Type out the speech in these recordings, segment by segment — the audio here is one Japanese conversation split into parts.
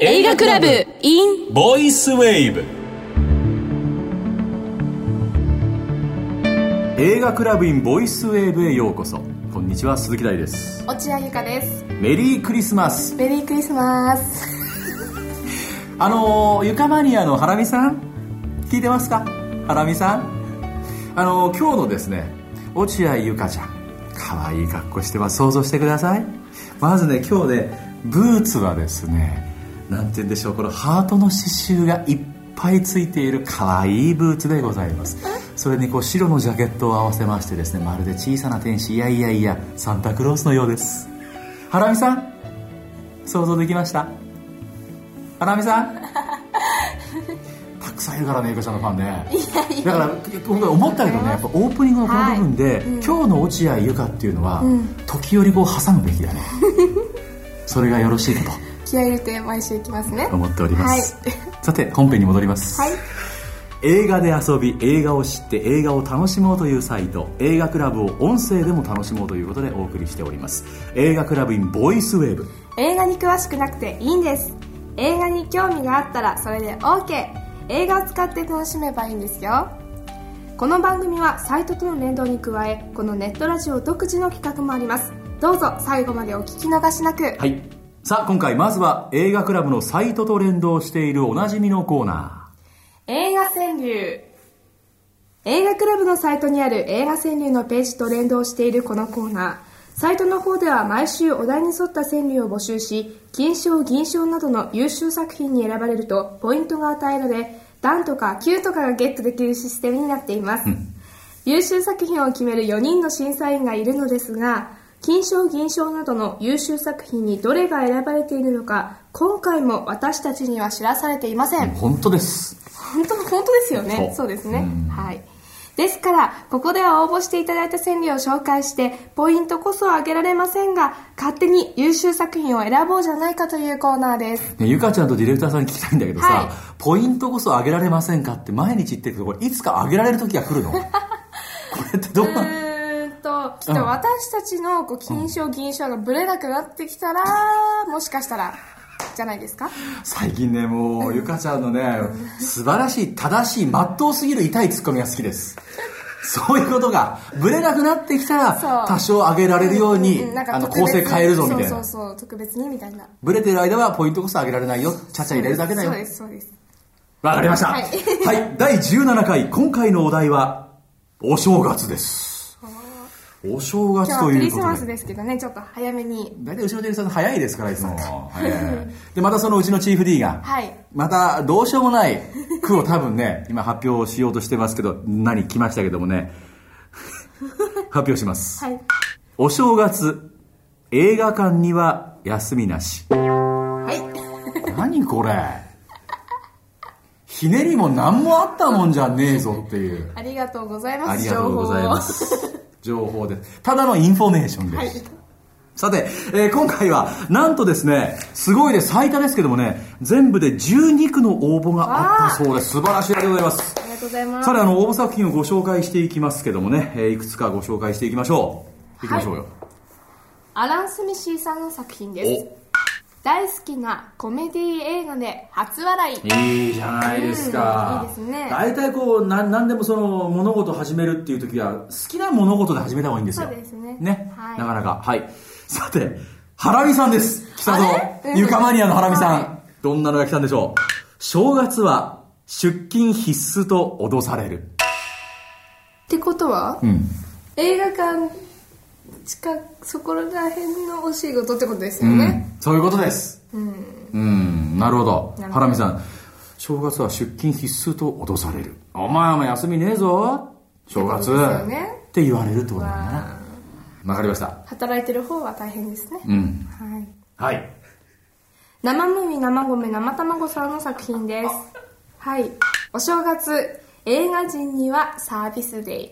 映画クラブ in ボイスウェーブ。映画クラブ in ボイスウェーブへようこそ。こんにちは、鈴木大です。 落合ゆかです。 メリークリスマス。 メリークリスマス。 ゆかマニアのハラミさん聞いてますか？ハラミさん、今日のですね、落合ゆかちゃん、可愛い格好してます。想像してください。まずね、今日ね、ブーツはですね、なんて言うんでしょう、このハートの刺繍がいっぱいついている可愛いブーツでございます。それにこう白のジャケットを合わせましてですね、まるで小さな天使、いやサンタクロースのようです。ハラミさん、想像できました？ハラミさんたくさんいるからね、ゆかちゃんのファンね。だから僕思ったけどね、やっぱオープニングのこの部分で、今日の落合ゆかっていうのは、時折こう挟むべきだね。それがよろしいかと気合い入れて毎週行きますね、 思っております、さて本編に戻ります、映画で遊び、映画を知って映画を楽しもうというサイト、映画クラブを音声でも楽しもうということでお送りしております。映画クラブ in ボイスウェーブ。 映画に詳しくなくていいんです。映画に興味があったらそれで OK。 映画を使って楽しめばいいんですよ。この番組はサイトとの連動に加え、このネットラジオ独自の企画もあります。どうぞ最後までお聞き逃しなく。 さあ今回まずは映画クラブのサイトと連動しているおなじみのコーナー、映画川柳。映画クラブのサイトにある映画川柳のページと連動しているこのコーナー、サイトの方では毎週お題に沿った川柳を募集し、金賞銀賞などの優秀作品に選ばれるとポイントが与えられ、段とか9とかがゲットできるシステムになっています、優秀作品を決める4人の審査員がいるのですが、金賞銀賞などの優秀作品にどれが選ばれているのか、今回も私たちには知らされていません。 本当です。 本当ですよね。そうですね、ですからここでは応募していただいた川柳を紹介して、ポイントこそ上げられませんが、勝手に優秀作品を選ぼうじゃないかというコーナーです、 ゆかちゃんとディレクターさんに聞きたいんだけどさ、ポイントこそ上げられませんかって毎日言ってるけど、これいつか上げられる時が来るの？これってどうなの？ きっと私たちのこう金賞銀賞がブレなくなってきたら、もしかしたらじゃないですか。 最近ね、もうゆかちゃんのね、素晴らしい、正しい、まっとうすぎる痛いツッコミが好きです。そういうことがブレなくなってきたら多少上げられるように、構成変えるぞみたいな。 そう特別にみたいな。 ブレてる間はポイントこそ上げられないよ、ちゃちゃ入れるだけだよ。 そうです。 わかりました。第17回、今回のお題はお正月です。お正月ということで、今日はクリスマスですけどね、ちょっと早めに。大体うちのディレクターさん早いですから、いつも。でまたそのうちのチーフ D が、またどうしようもない句を多分ね、今発表しようとしてますけど、来ましたけどもね発表します、お正月映画館には休みなし。何これ、ひねりも何もあったもんじゃねえぞっていう。 ありがとうございます。 ありがとうございます情報です。ただのインフォメーションです、さて、今回はなんとですね、すごいです、最多ですけどもね、全部で12句の応募があったそうです。素晴らしい、ありがとうございます。 ありがとうございます。 さて、応募作品をご紹介していきますけどもね、いくつかご紹介していきましょう。よ。 アラン・スミシーさんの作品です。大好きなコメディ映画で初笑い。 いいじゃないですか。 いいですね。 大体こう何でもその物事を始めるっていう時は好きな物事で始めた方がいいんですよ。 そうですね。 なかなか。さて、ハラミさんです。来たぞ。ゆかマニアのハラミさん。どんなのが来たんでしょう。正月は出勤必須と脅される。 ってことは、映画館そこら辺のお仕事ってことですよね。 そういうことです。なるほど。ハラミさん、正月は出勤必須と脅される。お前も休みねえぞ正月って言われるってことなんだな。わかりました。 働いてる方は大変ですね。生麦生米生卵さんの作品です。お正月映画人にはサービスデイ。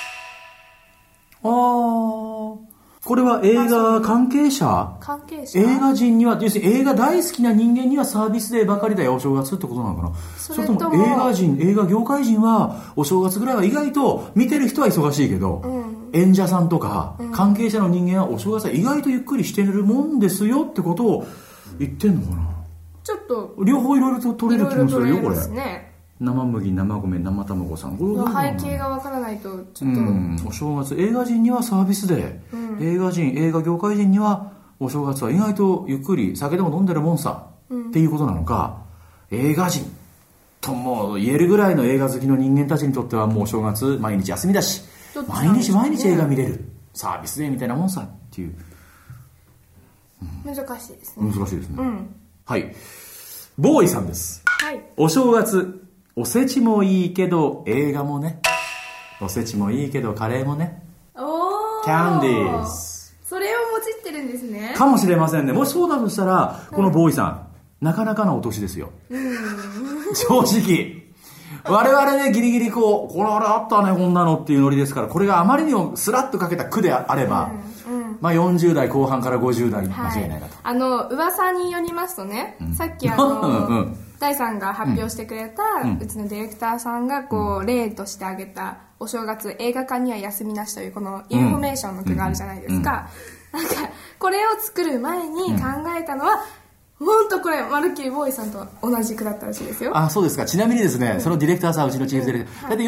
これは映画関係者映画人には、要するに映画大好きな人間にはサービスデーばかりだよお正月ってことなのかな。それとも映画人、映画業界人はお正月ぐらいは意外と見てる人は忙しいけど、演者さんとか関係者の人間はお正月は意外とゆっくりしてるもんですよってことを言ってんのかな。 ちょっと両方いろいろと取れる気もするよ、これ。 ね、 生麦、生米、生卵さん。これ背景がわからないとちょっと、 お正月、映画人にはサービスデー、映画業界人にはお正月は意外とゆっくり酒でも飲んでるもんさ、っていうことなのか、映画人とも言えるぐらいの映画好きの人間たちにとってはもうお正月毎日休みだし、毎日映画見れるサービスデーみたいなもんさっていう、 難しいですね。 難しいですね、はい。ボーイさんです、 はい。 お正月おせちもいいけど映画もね、おせちもいいけどカレーもね、キャンディーズ、 それを用いてるんですね。 かもしれませんね。もしそうだとしたらこのボーイさん、なかなかなお年ですよ、正直我々ね、ギリギリこれあったねこんなのっていうノリですから、これがあまりにもスラッとかけた句であれば、まあ40代後半から50代間違いないなと、 噂によりますとね、さっき大さんが発表してくれた、うちのディレクターさんが例として挙げたお正月映画館には休みなしというこのインフォメーションの句があるじゃないですか、なんかこれを作る前に考えたのは、本当これまるっきりボーイさんと同じ句だったらしいですよ。 あ、そうですか。ちなみにですね、そのディレクターさん、うちのチーフディレクター、大体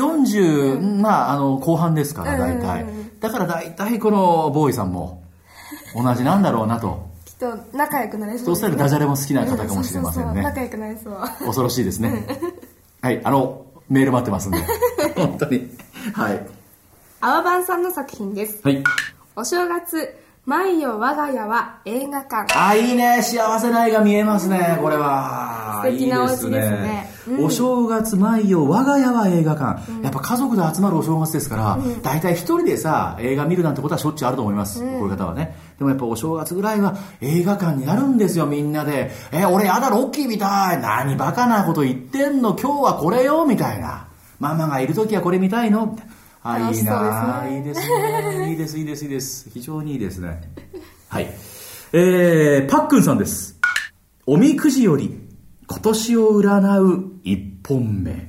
40、後半ですから、大体。だから大体このボーイさんも同じなんだろうなと。 きっと仲良くなれそうですね。 そうしたらダジャレも好きな方かもしれませんね。 仲良くなれそう。 恐ろしいですね。はい、メール待ってますんで。本当に。はい。 あわばんさんの作品です。 はい。 お正月、毎夜我が家は映画館。 あ、いいね。幸せな絵が見えますね、これは。 素敵なお家ですね。 お正月、毎夜我が家は映画館。やっぱ家族で集まるお正月ですから、大体一人でさ、映画見るなんてことはしょっちゅうあると思います。こういう方はね。でもやっぱお正月ぐらいは映画館になるんですよ、みんなで。俺やだ、ロッキー見たい。何バカなこと言ってんの、今日はこれよ、みたいな。ママがいるときはこれ見たいの、みたいな。あ、いいな、いいですね。いいです、いいです、いいです。非常にいいですね。はい。パックンさんです。おみくじより今年を占う一本目。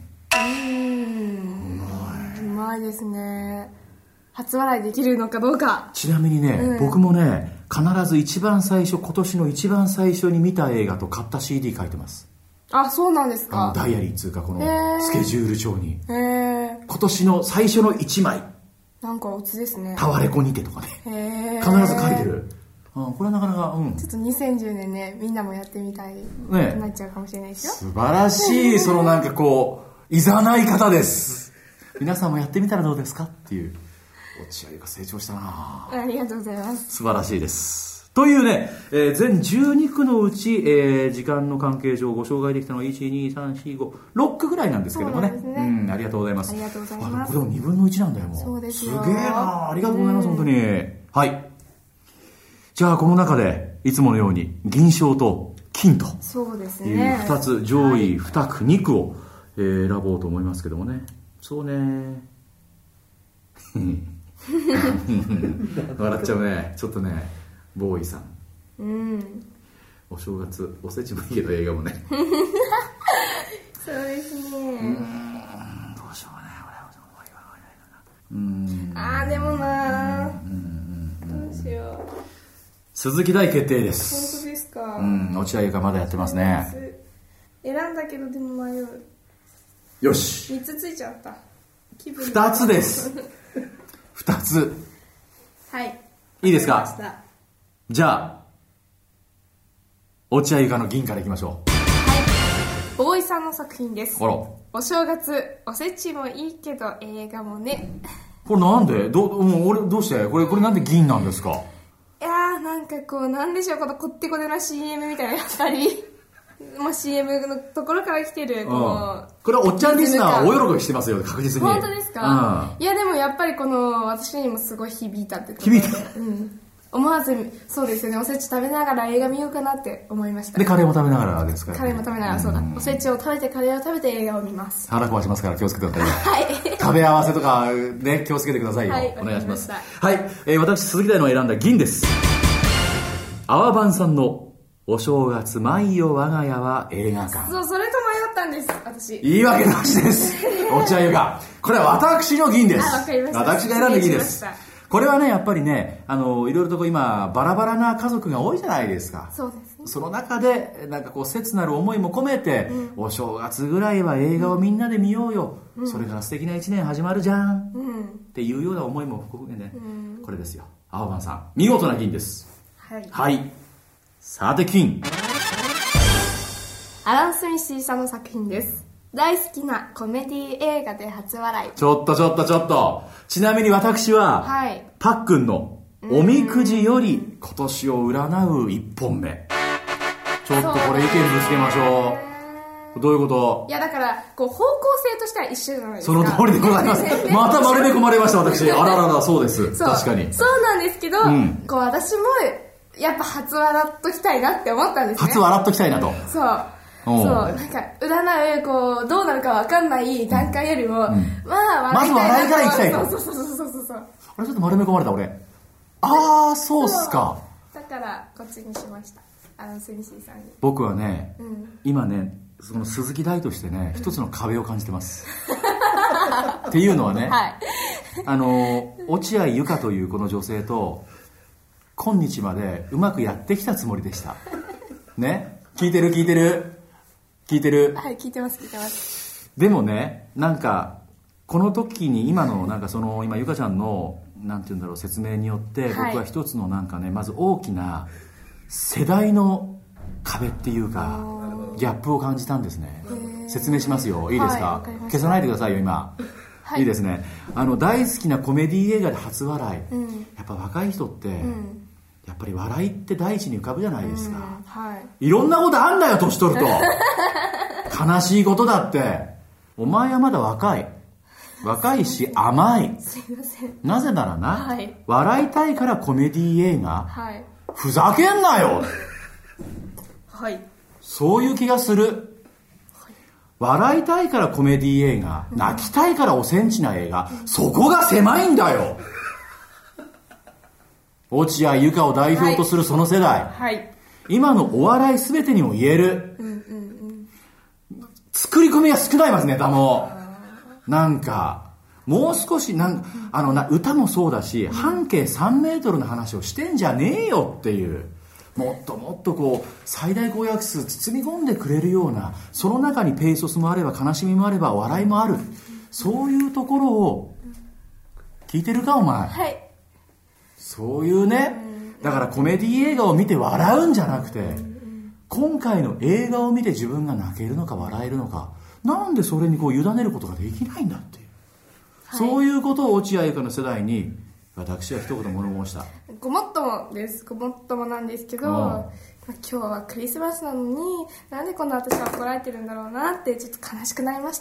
うまいですね。初笑いできるのかどうか。 ちなみにね、僕もね、必ず今年の一番最初に見た映画と買った CD 書いてます。 あ、そうなんですか。 ダイアリーつうか、このスケジュール帳に。今年の最初の1枚。 なんかオツですね。 タワレコにてとかね。必ず書いてる。これはなかなか、 ちょっと2010年ね、みんなもやってみたいになっちゃうかもしれないですよ。 素晴らしい、そのなんかいざない方です。皆さんもやってみたらどうですかっていう。落合が成長したな。 ありがとうございます。 素晴らしいです。というね、全12区のうち、時間の関係上ご紹介できたのは1、2、3、4、5、6区ぐらいなんですけどもね。ありがとうございます。 ありがとうございます。 これでも2分の1なんだよ、もう。 そうですよ。 すげえな。ありがとうございます、本当に。はい。じゃあ、この中で、いつものように、銀賞と金と。 そうですね。 2つ、上位2区、2区を、選ぼうと思いますけどもね。そうね。笑っちゃうね。ちょっとね、ボーイさん。お正月、おせちもいいけど映画もね。 そうですね。 どうしようね。 でもなどうしよう。 鈴木大決定です。 本当ですか。 落合がまだやってますね。 選んだけどでも迷う。 よし。 3つついちゃった。 2つです。2つ。 はい。 いいですか。じゃあ、落合ゆかの銀からいきましょう。はい。 ボーイさんの作品です。 あら。 お正月、おせちもいいけど映画もね。 これなんでどうしてこれなんで銀なんですか。 いやー、なんかなんでしょう、このこってこての CM みたいなやったり。CM のところから来てるこれはおっちゃんリスナー大喜びしてますよ、確実に。 本当ですか。いやでもやっぱり私にもすごい響いたってことで。響いた。 思わずそうですよね、おせち食べながら映画見ようかなって思いました。 でカレーも食べながらですから、 カレーも食べながら、そうだ、おせちを食べてカレーを食べて映画を見ます。 腹壊しますから気をつけてください。 はい。 食べ合わせとかね、気をつけてくださいよ。お願いします。はい、私鈴木大の選んだ銀です。あわばんさんのお正月毎夜我が家は映画館。 そう、それと迷ったんです、私。 言い訳なしです。落合ゆか。これは私の銀です。 わかりました。 私が選んだ銀です。これはね、やっぱりね、いろいろと今、バラバラな家族が多いじゃないですか。 そうですね。 その中でなんかこう切なる思いも込めて、お正月ぐらいは映画をみんなで見ようよ、それから素敵な一年始まるじゃん、っていうような思いも含めね、これですよ。青番さん見事な金です。はい、さて金、 アラン・スミシーさんの作品です。大好きなコメディ映画で初笑い。 ちょっとちなみに私は、パックンのおみくじより今年を占う一本目、ちょっとこれ意見ぶつけましょう。どういうこと？いやだからこう方向性としては一緒じゃないですか。 その通りでございますまた丸め込まれました私。あららら、そうです。確かにそうなんですけど、こう私もやっぱ初笑っときたいなって思ったんですね。 初笑っときたいなと。 そうなんか占うこうどうなるか分かんない段階よりも、 まず笑いからいきたいと。 そうあれちょっと丸め込まれた俺。そうっすか。 だからこっちにしました。スミシーさんに。 僕はね、今ねその鈴木大としてね、一つの壁を感じてますっていうのはね、落合由香というこの女性と今日までうまくやってきたつもりでしたね。聞いてるはい、聞いてますでもね、なんかこの時に今のなんかその今由香ちゃんのなんていうんだろう説明によって、僕は一つのなんかね、まず大きな世代の壁っていうかギャップを感じたんですね。説明しますよ。いいですか？消さないでくださいよ今。いいですね。大好きなコメディ映画で初笑い、やっぱ若い人って、やっぱり笑いって第一に浮かぶじゃないですか。いろんなことあんだよ年取ると悲しいことだって。お前はまだ若いし甘い。 すいません。 なぜならな、笑いたいからコメディ映画、ふざけんなよそういう気がする。笑いたいからコメディ映画、泣きたいからおセンチな映画、そこが狭いんだよ落合由香を代表とするその世代、今のお笑い全てにも言える、作り込みが少ないますネタも。なんかもう少し歌もそうだし、半径3メートルの話をしてんじゃねえよっていう、もっともっとこう最大公約数包み込んでくれるような、その中にペイソスもあれば悲しみもあれば笑いもある、そういうところを聞いてるかお前。そういうね、だからコメディ映画を見て笑うんじゃなくて、今回の映画を見て自分が泣けるのか笑えるのか、なんでそれにこう委ねることができないんだっていう、そういうことを落合由香の世代に私は一言物申した。 ごもっともです。ごもっともなんですけど、今日はクリスマスなのになんでこんな私は怒られてるんだろうなってちょっと悲しくなりました。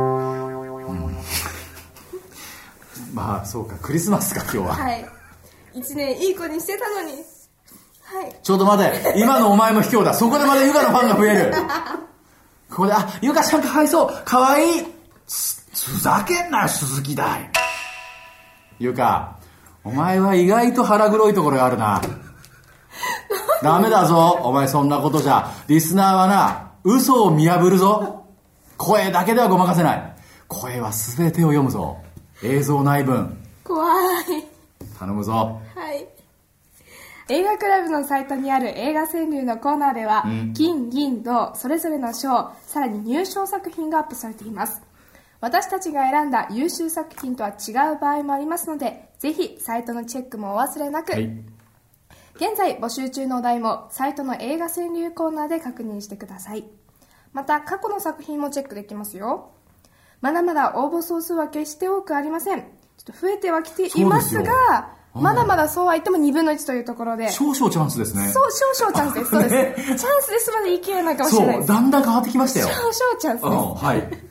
まあそうか、クリスマスか今日は。 一年いい子にしてたのに。 ちょっと待て、今のお前も卑怯だ。そこでまだ由香のファンが増えるここで由香ちゃんかわいそう、かわいい、ふざけんなよ鈴木大。由香、お前は意外と腹黒いところがあるなダメだぞお前、そんなことじゃリスナーはな嘘を見破るぞ。声だけではごまかせない。声は全てを読むぞ。映像内文怖い。 頼むぞ。 映画クラブのサイトにある映画川柳のコーナーでは、金銀銅それぞれの賞、さらに入賞作品がアップされています。私たちが選んだ優秀作品とは違う場合もありますので、ぜひサイトのチェックもお忘れなく。現在募集中のお題もサイトの映画川柳コーナーで確認してください。また過去の作品もチェックできますよ。まだまだ応募総数は決して多くありません。ちょっと増えてはきていますが、まだまだそうは言っても2分の1というところで、 少々チャンスですね。 少々チャンスです。そうです、チャンスですまで言い切れないかもしれないです。 だんだん変わってきましたよ。 少々チャンスです。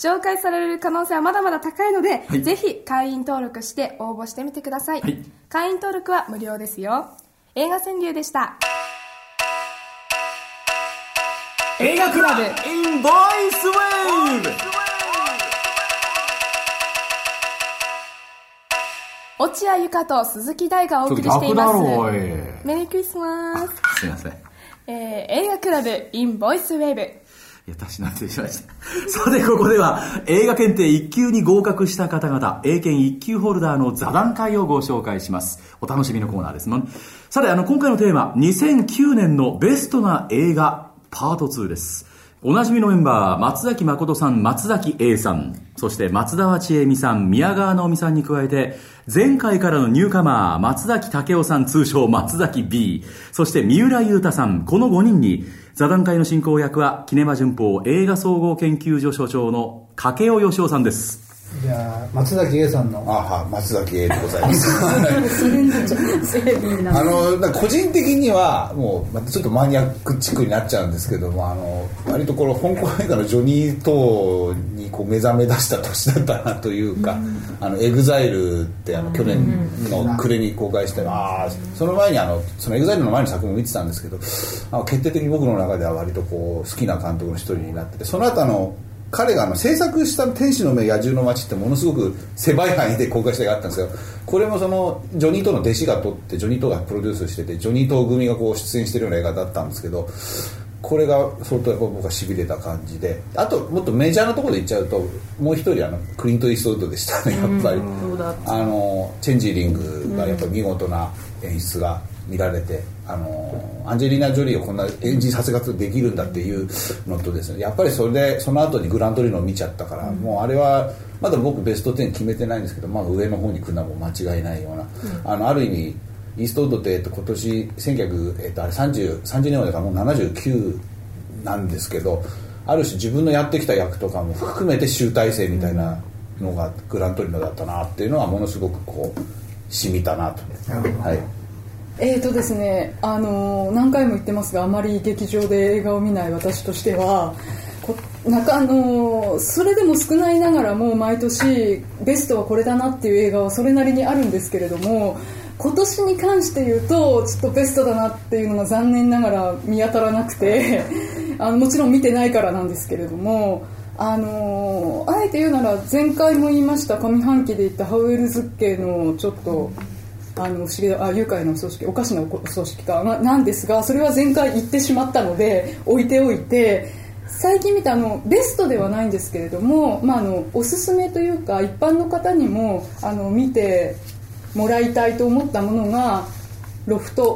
紹介される可能性はまだまだ高いので、ぜひ会員登録して応募してみてください。会員登録は無料ですよ。映画川柳でした。 映画クラブ in ボイスウェーブ。 落合由香と鈴木大がお送りしています。メリークリスマス。 すいません。 映画クラブ in ボイスウェーブ。 私なんてしました。さてここでは映画検定1級に合格した方々、英検1級ホルダーの座談会をご紹介します。お楽しみのコーナーですもん。 さて今回のテーマ、2009年のベストな映画パート2です。おなじみのメンバー、松崎誠さん、松崎 A さん、そして松田千恵美さん、宮川直美さんに加えて、前回からのニューカマー、松崎武雄さん、通称松崎 B、そして三浦雄太さん、この5人に、座談会の進行役はキネマ旬報映画総合研究所所長の掛尾義雄さんです。 じゃあ松崎 A さんの松崎 A でございます個人的にはもうまたちょっとマニアックチックになっちゃうんですけども、割とこの香港映画のジョニー・トーにこう目覚め出した年だったなというか、エグザイルって去年の暮れに公開して、その前にそのエグザイルの前の作品を見てたんですけど、決定的に僕の中では割とこう好きな監督の一人になってて、その後彼が制作した天使の目野獣の街ってものすごく狭い範囲で公開した映画があったんですけど、これもそのジョニー・トーの弟子が撮ってジョニー・トーがプロデュースしてて、ジョニー・トー組がこう出演してるような映画だったんですけど、これが相当やっぱ僕は痺れた感じで、あともっとメジャーなところで言っちゃうと、もう一人クリント・イーストウッドでしたね、やっぱりチェンジリングがやっぱり見事な演出が見られて、アンジェリーナ・ジョリーをこんな演じさせ方できるんだっていうのとですね、やっぱりその後にグラントリノを見ちゃったから、もうあれはまだ僕ベスト10決めてないんですけど、上の方に来るのはもう間違いないような、ある意味イーストウッドって今年30年前だからもう79なんですけど、ある種自分のやってきた役とかも含めて集大成みたいなのがグラントリノだったなっていうのはものすごくこう染みたなと。はい。 ですね、何回も言ってますが、あまり劇場で映画を見ない私としては、それでも少ないながらも毎年ベストはこれだなっていう映画はそれなりにあるんですけれども、今年に関して言うとちょっとベストだなっていうのが残念ながら見当たらなくてもちろん見てないからなんですけれども、あえて言うなら前回も言いました上半期で言ったハウエルズ系のちょっと不思議な愉快なお葬式、おかしなお葬式かなんですが、それは前回言ってしまったので置いておいて、最近見たベストではないんですけれども、おすすめというか一般の方にも見てもらいたいと思ったものがロフト。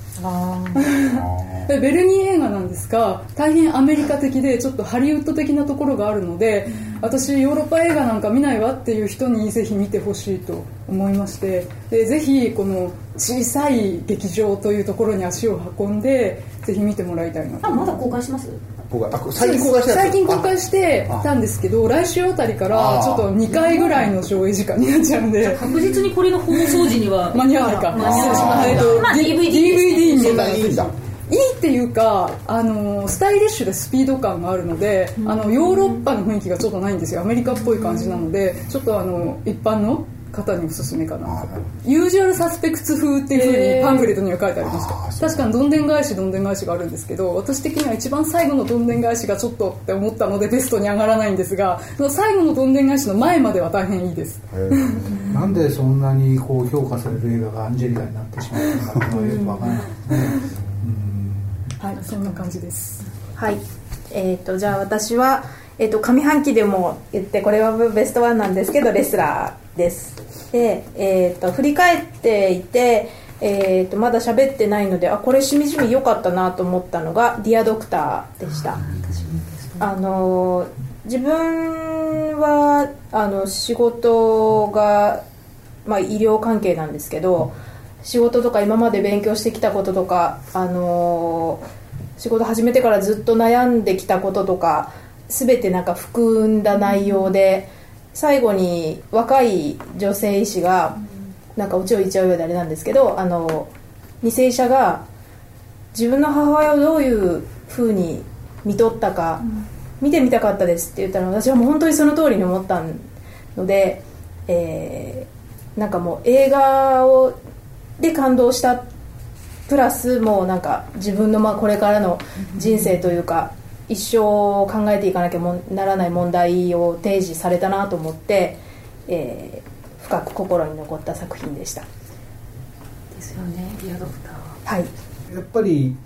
ベルギー映画なんですが、大変アメリカ的でちょっとハリウッド的なところがあるので、私ヨーロッパ映画なんか見ないわっていう人にぜひ見てほしいと思いまして、でぜひこの小さい劇場というところに足を運んでぜひ見てもらいたいなと。 まだ公開します？ 最近公開してたんですけど、来週あたりからちょっと2回ぐらいの上映時間になっちゃうんで、 確実にこれの放送時には間に合わないか。DVD に出たらいいっていうか、スタイリッシュでスピード感があるので、ヨーロッパの雰囲気がちょっとないんですよ。アメリカっぽい感じなので、ちょっと一般の方におすすめかな。ユージュアルサスペクツ風っていう風にパンフレットには書いてありました。確かにどんでん返しがあるんですけど、私的には一番最後のどんでん返しがちょっとって思ったのでベストに上がらないんですが、最後のどんでん返しの前までは大変いいです。 なんでそんなにこう評価される映画がアンジェリカになってしまったのかよくわからないですね。 はい、そんな感じです。 はい。じゃあ私は上半期でも言って、これはベストワンなんですけど、レスラーです。で、振り返っていて、まだ喋ってないので、これしみじみ良かったなと思ったのがディアドクターでした。自分は仕事が、医療関係なんですけど、仕事とか今まで勉強してきたこととか、仕事始めてからずっと悩んできたこととか全て含んだ内容で、最後に若い女性医師がオチを言っちゃうようであれなんですけど、2世医者が自分の母親をどういう風に見とったか見てみたかったですって言ったら、私はもう本当にその通りに思ったので、もう映画で感動したプラス、もう自分のこれからの人生というか、一生考えていかなきゃならない問題を提示されたなと思って、深く心に残った作品でした。 ですよね、ディアドクター。 はい。 やっぱり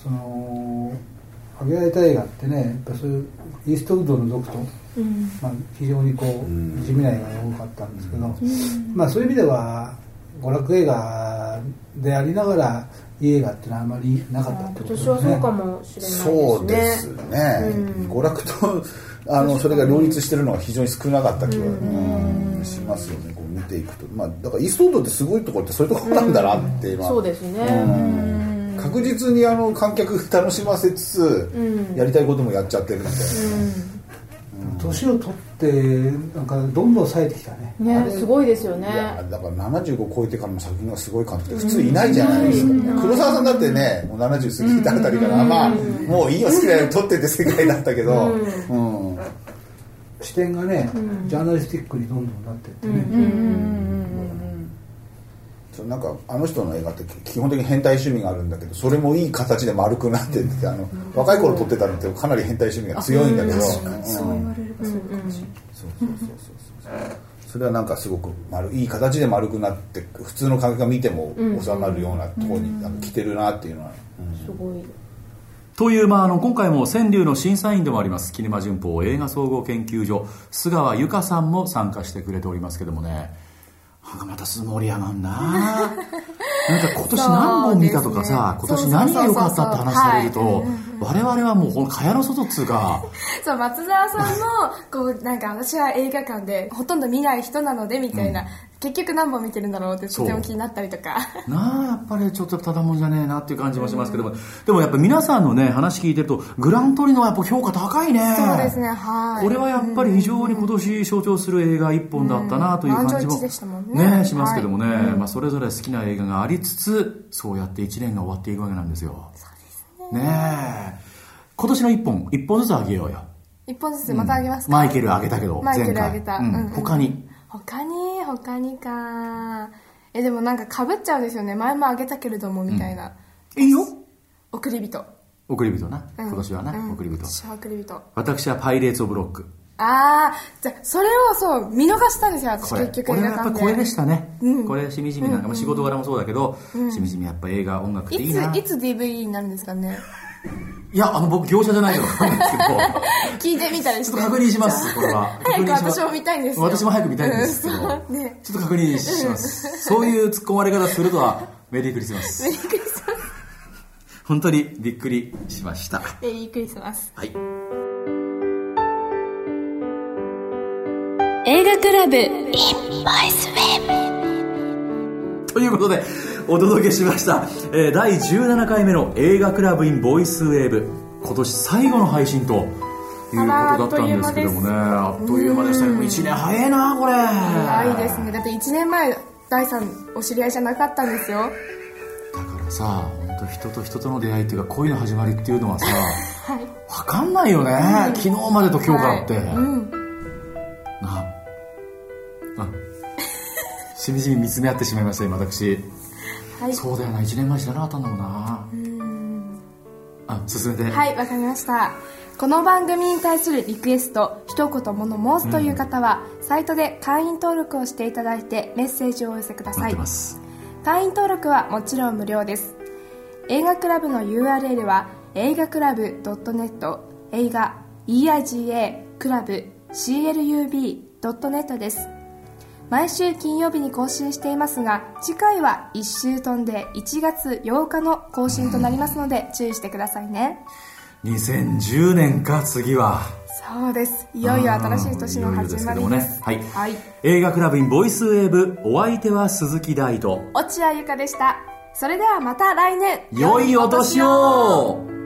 挙げられた映画ってね、やっぱそういうイーストウッドを除くと、非常に地味な映画が多かったんですけど、そういう意味では娯楽映画でありながらいい映画っていうのはあまりなかったってことですね。 今年はそうかもしれないですね。 そうですね、娯楽とそれが両立してるのが非常に少なかった気が、しますよね、こう見ていくと。だからイーストウッドってすごいところってそういうところなんだなっていうのは、 そうですね、 確実に観客楽しませつつ、やりたいこともやっちゃってるんで、 年を取ってなんかどんどん冴えてきたね。 ね、すごいですよね。 いやだから75超えてからの作品がすごい監督って普通いないじゃないですか。黒沢さんだってね、もう70過ぎたあたりから、もういいよ好きなように撮ってって世界だったけど、 視点がね、ジャーナリスティックにどんどんなってってね。 なんかあの人の映画って基本的に変態趣味があるんだけど、それもいい形で丸くなってって、若い頃撮ってたのってかなり変態趣味が強いんだけど、そう言われればそうかもしれない。それはなんかすごくいい形で丸くなって普通の観客が見ても収まるようなところに来てるなっていうのは、 すごい。 という、今回も川柳の審査員でもありますキネマ旬報映画総合研究所須川由香さんも参加してくれておりますけどもね、また盛り上がんななんか今年何本見たとかさ、今年何が良かったって話されると、我々はもうこの蚊帳の外っつうかそう、松沢さんもなんか私は映画館でほとんど見ない人なのでみたいな、結局何本見てるんだろうってとても気になったりとかやっぱりちょっとただもんじゃねえなっていう感じもしますけども、でもやっぱ皆さんのね話聞いてるとグラントリノはやっぱ評価高いね。 そうですね、はい。 これはやっぱり非常に今年象徴する映画一本だったなという感じもねしますけどもね、それぞれ好きな映画がありつつそうやって1年が終わっていくわけなんですよ。そうですね。今年の1本ずつあげようよ。1 本ずつまたあげますか。 マイケルあげたけどマイケルあげた、 他にか。でもなんか被っちゃうんですよね。前もあげたけれどもみたいな。 いいよ。 送り人な、今年はね、送り人。 私は送り人。 私はパイレーツ・オブ・ロック。 じゃそれをそう見逃したんですよ、私結局映画館で。 これはやっぱこれでしたね、これしみじみなんか、仕事柄もそうだけど、しみじみやっぱ映画音楽っていいな。 いつ DVD になるんですかね。 いや僕業者じゃないから分かんないですけど聞いてみたりしてちょっと確認します。これは早く私も見たいんですよ。 私も早く見たいんですけど、ちょっと確認しますそういう突っ込まれ方するとはメリークリスマス。 メリークリスマス。 本当にびっくりしました。 メリークリスマス。 はい。 映画クラブ in voice web ということでお届けしました、第17回目の映画クラブ in ボイスウェーブ、今年最後の配信ということだったんですけどもね、あっという間でしたね。1年早いなこれ。 早いですね。だって1年前第3お知り合いじゃなかったんですよ。 だからさ、本当人と人との出会いっていうか恋の始まりっていうのはさ、はい、分かんないよね、昨日までと今日からって、しみじみ見つめ合ってしまいました今私、はい、そうだよな、1年前じゃなかったんだもんな。進めて。 はい、わかりました。この番組に対するリクエスト、一言物申すという方は、サイトで会員登録をしていただいてメッセージをお寄せください。会員登録はもちろん無料です。映画クラブの URL は映画クラブ .net、 映画 EIGA クラブ CLUB.net です。毎週金曜日に更新していますが、次回は1週飛んで1月8日の更新となりますので注意してくださいね。 2010年か次は。 そうです。いよいよ新しい年の始まりです。 はい、はい、映画クラブインボイスウェーブ、お相手は鈴木大と落合由香でした。それではまた来年、 良いお年を。